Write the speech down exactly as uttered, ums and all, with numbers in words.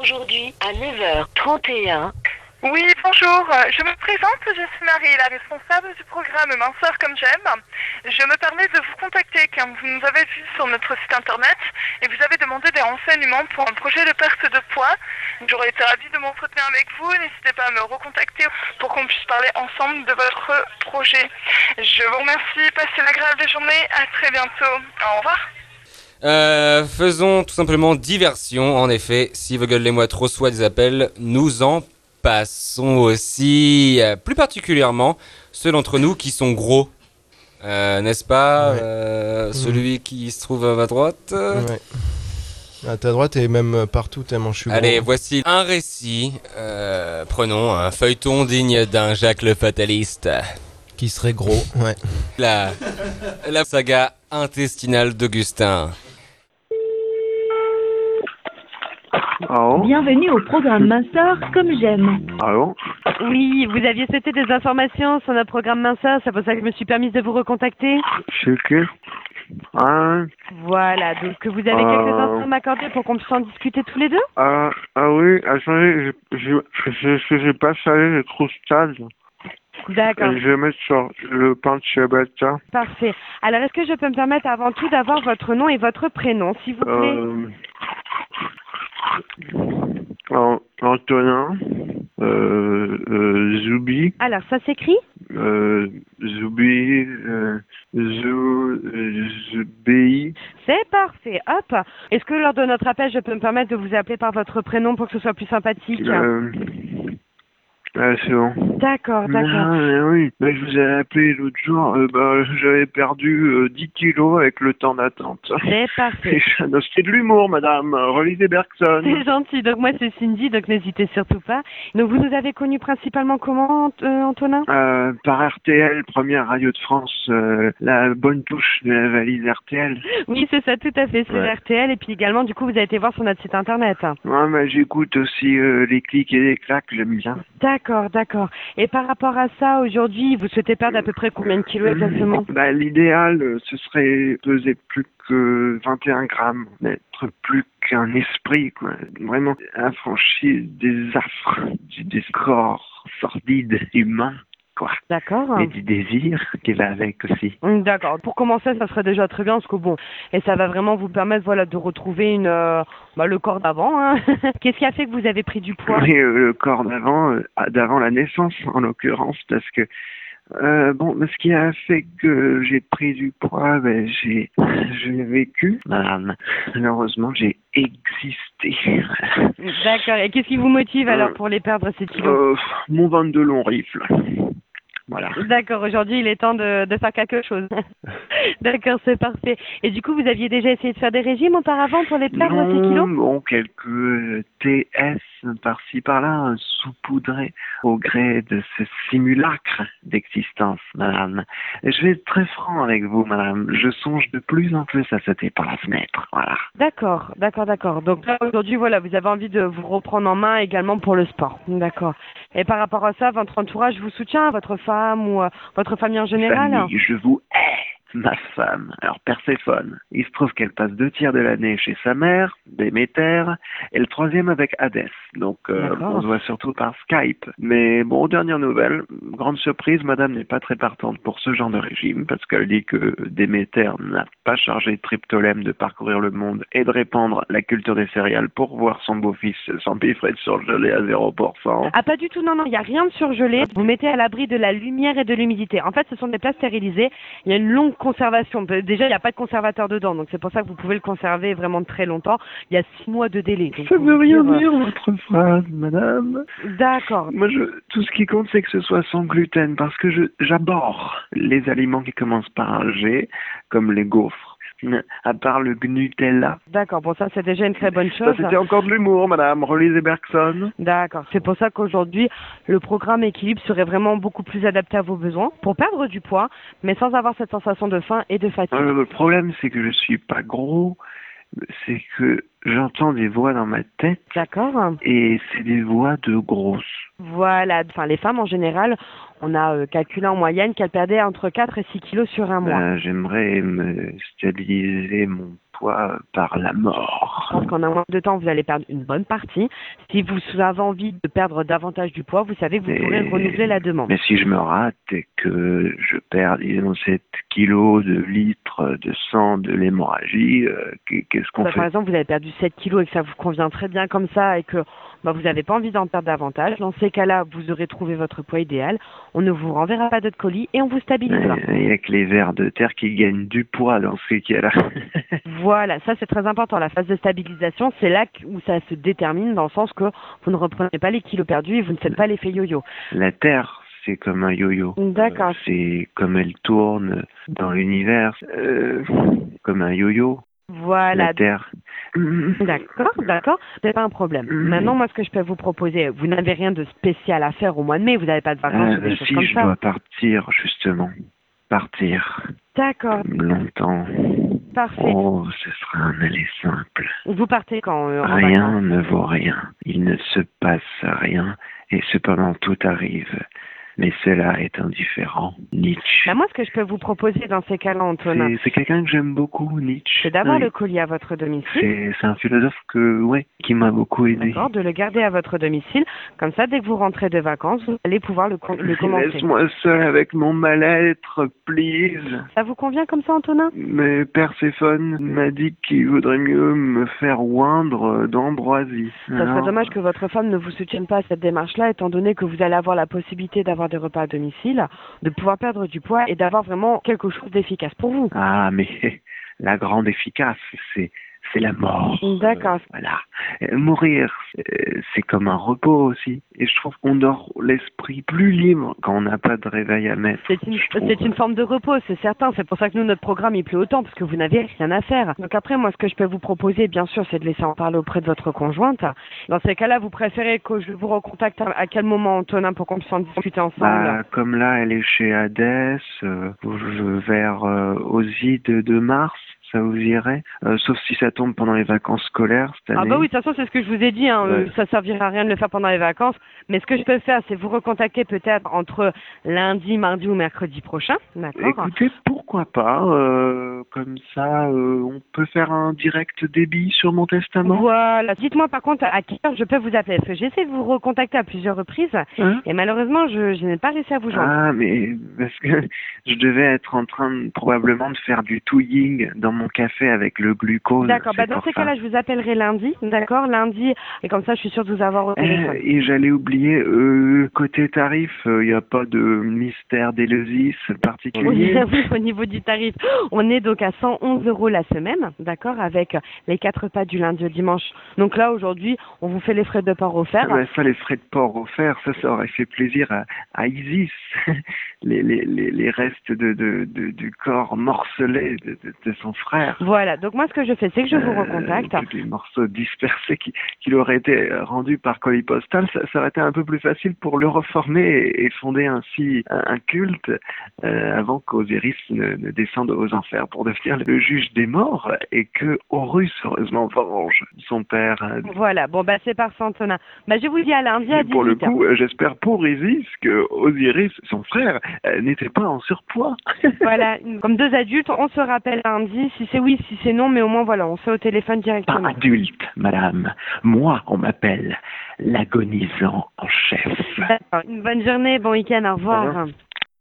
Aujourd'hui, à neuf heures trente et un. Oui, bonjour. Je me présente, je suis Marie, la responsable du programme Minceur comme j'aime. Je me permets de vous contacter car vous nous avez vu sur notre site internet et vous avez demandé des renseignements pour un projet de perte de poids. J'aurais été ravie de m'entretenir avec vous. N'hésitez pas à me recontacter pour qu'on puisse parler ensemble de votre projet. Je vous remercie. Passez une agréable journée. À très bientôt. Au revoir. Euh, faisons tout simplement diversion. En effet, si vos gueules les mois trop soient des appels, nous en passons aussi. Euh, plus particulièrement ceux d'entre nous qui sont gros. Euh, n'est-ce pas Ouais. euh, Mmh. Celui qui se trouve à ma droite. Ouais. À ta droite et même partout tellement je suis gros. Allez, voici un récit. Euh, prenons un feuilleton digne d'un Jacques le Fataliste. Qui serait gros, ouais. La, la saga intestinale d'Augustin. Allô? Bienvenue au programme Minceur comme j'aime. Allô? Oui, vous aviez souhaité des informations sur notre programme Minceur, c'est pour ça que je me suis permise de vous recontacter. C'est qui? Ah, Voilà, donc vous avez Euh. quelques instants à m'accorder pour qu'on puisse en discuter tous les deux? ah, ah oui, attendez, je, je, je, je, j'ai pas salé les croustades. D'accord, Je vais mettre sur le pain de ciabatta. parfait. Alors, est-ce que je peux me permettre avant tout d'avoir votre nom et votre prénom, s'il vous plaît? Euh, An- Antonin, euh, euh, Zoubi, Alors, ça s'écrit? euh, Zoubi, euh, Zou, euh, Zoubi. C'est parfait, hop. Est-ce que lors de notre appel, je peux me permettre de vous appeler par votre prénom pour que ce soit plus sympathique? Euh, ah, c'est bon. D'accord, d'accord. Ah, mais oui, mais je vous ai appelé l'autre jour, euh, bah, j'avais perdu euh, dix kilos avec le temps d'attente. C'est parfait. C'est de l'humour, madame, relisez Bergson. C'est gentil. Donc moi c'est Cindy, donc n'hésitez surtout pas. Donc vous nous avez connus principalement comment, Ant- euh, Antonin? Euh, par R T L, première radio de France, euh, la bonne touche de la valise R T L. Oui, c'est ça, tout à fait. C'est Ouais. R T L et puis également du coup vous avez été voir sur notre site internet. Ouais, mais j'écoute aussi euh, les clics et les claques, j'aime bien. D'accord, d'accord. Et par rapport à ça, aujourd'hui, vous souhaitez perdre à peu près combien de kilos exactement? Bah, l'idéal, euh, ce serait peser plus que vingt et un grammes, n'être plus qu'un esprit, quoi. Vraiment affranchi des affres, du- des corps sordides humains, quoi. D'accord. Et du désir qui va avec aussi. Hum, D'accord. Pour commencer, ça serait déjà très bien parce que bon, et ça va vraiment vous permettre, voilà, de retrouver une, euh, bah, le corps d'avant. Hein. Qu'est-ce qui a fait que vous avez pris du poids? Et euh, le corps d'avant, euh, d'avant la naissance en l'occurrence, parce que euh, bon, ce qui a fait que j'ai pris du poids, ben j'ai j'ai vécu, madame. Malheureusement, j'ai existé. D'accord. Et qu'est-ce qui vous motive alors Euh, pour les perdre ces kilos? Euh, mon vingt-deux long rifle. Voilà. D'accord, aujourd'hui il est temps de, de faire quelque chose. D'accord, c'est parfait. Et du coup, vous aviez déjà essayé de faire des régimes auparavant pour les perdre ces Non, kilos? bon, quelques euh, T S par-ci par-là, saupoudrés au gré de ce simulacre d'existence, madame. Et je vais être très franc avec vous, madame. Je songe de plus en plus à sauter par la fenêtre, voilà. D'accord, d'accord, d'accord. Donc là, aujourd'hui, voilà, vous avez envie de vous reprendre en main également pour le sport. D'accord. Et par rapport à ça, votre entourage vous soutient, votre femme ou euh, votre famille en général? Famille, je vous hais, ma femme. Alors, Perséphone, il se trouve qu'elle passe deux tiers de l'année chez sa mère, Déméter, et le troisième avec Hadès. Donc, euh, D'accord. on se voit surtout par Skype. Mais bon, aux dernières nouvelles, grande surprise, madame n'est pas très partante pour ce genre de régime, parce qu'elle dit que Déméter n'a pas chargé Triptolème de parcourir le monde et de répandre la culture des céréales pour voir son beau-fils s'empiffrer de surgelé à zéro pour cent. Ah, pas du tout, non, non, il n'y a rien de surgelé. Vous mettez à l'abri de la lumière et de l'humidité. En fait, ce sont des plats stérilisés. Il y a une longue conservation. Déjà, il n'y a pas de conservateur dedans, donc c'est pour ça que vous pouvez le conserver vraiment très longtemps. Il y a six mois de délai. Donc, Ça pour veut vous rien dire, euh, dire, votre phrase, madame. D'accord. Moi, je, tout ce qui compte, c'est que ce soit sans gluten, parce que je, j'aborde les aliments qui commencent par un G, comme les gaufres, à part le Gnutella. D'accord, bon ça c'est déjà une très bonne Ça, chose. c'était encore de l'humour, madame. Relisez Bergson. D'accord, c'est pour ça qu'aujourd'hui le programme équilibre serait vraiment beaucoup plus adapté à vos besoins pour perdre du poids, mais sans avoir cette sensation de faim et de fatigue. Euh, le problème, c'est que je suis pas gros, c'est que j'entends des voix dans ma tête, D'accord. et c'est des voix de grosses. Voilà, enfin les femmes en général On a euh, calculé en moyenne qu'elle perdait entre quatre et six kilos sur un mois. Ben, j'aimerais me stabiliser mon poids par la mort. Je pense qu'en un mois de temps, vous allez perdre une bonne partie. Si vous avez envie de perdre davantage du poids, vous savez que vous Mais- pourrez renouveler la demande. Mais si je me rate et que je perds, disons, sept kilos de litres de sang de l'hémorragie, euh, qu'est- qu'est-ce qu'on Bah, par fait? exemple, vous avez perdu sept kilos et que ça vous convient très bien comme ça et que bah, vous n'avez pas envie d'en perdre davantage. Dans ces cas-là, vous aurez trouvé votre poids idéal. On ne vous renverra pas d'autres colis et on vous stabilisera. Euh, Il n'y a que les vers de terre qui gagnent du poids dans ces cas-là. Voilà, ça c'est très important. La phase de stabilisation, c'est là que- où ça se détermine dans le sens que vous ne reprenez pas les kilos perdus et vous ne faites pas l'effet yo-yo. La Terre, c'est comme un yo-yo. D'accord. Euh, c'est comme elle tourne dans l'univers, euh, comme un yo-yo. Voilà. La Terre. D'accord, d'accord, c'est pas un problème. Mhm. Maintenant, moi, ce que je peux vous proposer, vous n'avez rien de spécial à faire au mois de mai, vous n'avez pas de vacances ou Euh, des choses si comme je ça. dois partir, justement. Partir. D'accord, Longtemps. parfait. Oh, ce sera un aller simple. Vous partez quand euh, en vacances? Rien ne vaut rien. Il ne se passe rien et cependant tout arrive. Mais cela est indifférent. Nietzsche. Bah, moi, ce que je peux vous proposer dans ces cas-là, Antonin, C'est c'est quelqu'un que j'aime beaucoup, Nietzsche. c'est d'avoir Oui. le colis à votre domicile. C'est c'est un philosophe que, ouais, qui m'a beaucoup aidé. D'accord, de le garder à votre domicile. Comme ça, dès que vous rentrez de vacances, vous allez pouvoir le, com- le commencer. Laisse-moi seul avec mon mal-être, please. Ça vous convient comme ça, Antonin? Mais Perséphone m'a dit qu'il vaudrait mieux me faire oindre d'ambroisie. Ça serait Alors, dommage que votre femme ne vous soutienne pas à cette démarche-là, étant donné que vous allez avoir la possibilité d'avoir des repas à domicile, de pouvoir perdre du poids et d'avoir vraiment quelque chose d'efficace pour vous. Ah, mais la grande efficace, c'est c'est la mort. D'accord. Euh, voilà. Euh, mourir, euh, c'est comme un repos aussi. Et je trouve qu'on dort l'esprit plus libre quand on n'a pas de réveil à mettre. C'est une, je trouve. c'est une forme de repos, c'est certain. C'est pour ça que nous, notre programme, il plaît autant, parce que vous n'avez rien à faire. Donc après, moi, ce que je peux vous proposer, bien sûr, c'est de laisser en parler auprès de votre conjointe. Dans ces cas-là, vous préférez que je vous recontacte à, à quel moment, Antonin, pour qu'on puisse en discuter ensemble? Bah, comme là, elle est chez Hadès, euh, je- vers euh, Ozzy de, de mars, ça vous irait Euh, Sauf si ça tombe pendant les vacances scolaires cette année. Ah bah oui, de toute façon, c'est ce que je vous ai dit, hein, euh, Ouais. ça servira à rien de le faire pendant les vacances, mais ce que je peux faire, c'est vous recontacter peut-être entre lundi, mardi ou mercredi prochain, d'accord? Écoutez, pourquoi pas euh, Comme ça, euh, on peut faire un direct débit sur mon testament. Voilà. Dites-moi par contre à quelle heure je peux vous appeler, parce que j'essaie de vous recontacter à plusieurs reprises, Hein et malheureusement, je, je n'ai pas réussi à vous joindre. Ah, mais parce que je devais être en train de, probablement de faire du touilling dans mon café avec le glucose. D'accord, bah c'est dans pour ces ça. cas-là, je vous appellerai lundi, d'accord, lundi, et comme ça, je suis sûre de vous avoir au Eh, téléphone. et j'allais oublier, euh, côté tarif, il n'y a pas de mystère d'Éleusis particulier. Oui, oui, au niveau du tarif, on est donc à cent onze euros la semaine, d'accord, avec les quatre repas du lundi au dimanche. Donc là, aujourd'hui, on vous fait les frais de port offerts. Ah ben ça, les frais de port offerts, ça, ça aurait fait plaisir à, à Isis. les, les, les, les restes de, de, de, du corps morcelé de, de, de son frère. Voilà, donc moi, ce que je fais, c'est que je vous Euh, recontacte. tous les morceaux dispersés qui, qui auraient été rendus par colis postal, ça, ça aurait été un peu plus facile pour le reformer et, et fonder ainsi un, un culte euh, avant qu'Osiris ne, ne descende aux enfers pour devenir le juge des morts et que Horus, heureusement, venge son père. euh, Voilà, bon, bah c'est parfait, Antonin. Bah je vous dis à lundi à Et pour le dix-huit heures. coup, euh, j'espère pour Isis que Osiris, son frère, euh, n'était pas en surpoids. Voilà, comme deux adultes, on se rappelle lundi, si c'est oui, si c'est non, mais au moins, voilà, on fait au téléphone Pas directement. adulte, madame. Moi, on m'appelle l'agonisant en chef. D'accord, une bonne journée, bon week-end, au revoir. Au revoir.